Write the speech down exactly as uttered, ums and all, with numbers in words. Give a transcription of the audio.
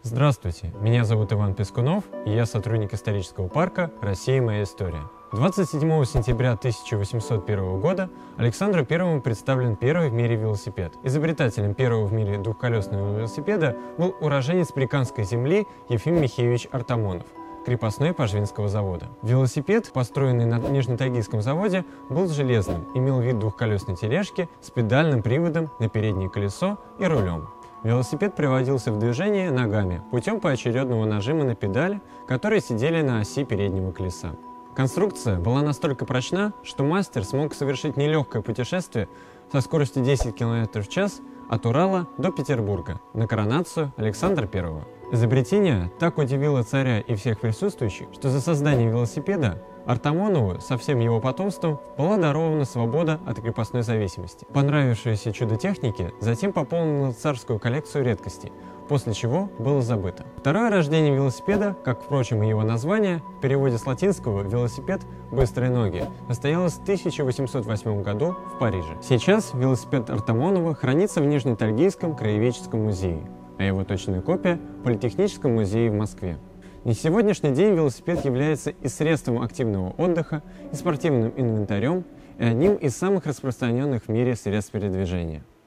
Здравствуйте, меня зовут Иван Пескунов, и я сотрудник исторического парка «Россия. Моя история». двадцать седьмого сентября тысяча восемьсот первого года Александру Первому представлен первый в мире велосипед. Изобретателем первого в мире двухколесного велосипеда был уроженец Прикамской земли Ефим Михеевич Артамонов, крепостной Пожвинского завода. Велосипед, построенный на Нижнетагильском заводе, был железным, имел вид двухколесной тележки с педальным приводом на переднее колесо и рулем. Велосипед приводился в движение ногами путем поочередного нажима на педали, которые сидели на оси переднего колеса. Конструкция была настолько прочна, что мастер смог совершить нелегкое путешествие со скоростью десять километров в час от Урала до Петербурга на коронацию Александра Первого. Изобретение так удивило царя и всех присутствующих, что за создание велосипеда Артамонову со всем его потомством была дарована свобода от крепостной зависимости. Понравившееся чудо техники затем пополнило царскую коллекцию редкостей, после чего было забыто. Второе рождение велосипеда, как, впрочем, и его название, в переводе с латинского «велосипед» — «быстрые ноги», состоялось в тысяча восемьсот восьмом году в Париже. Сейчас велосипед Артамонова хранится в Нижнетагильском краеведческом музее, а его точная копия — в Политехническом музее в Москве. На сегодняшний день велосипед является и средством активного отдыха, и спортивным инвентарем, и одним из самых распространенных в мире средств передвижения.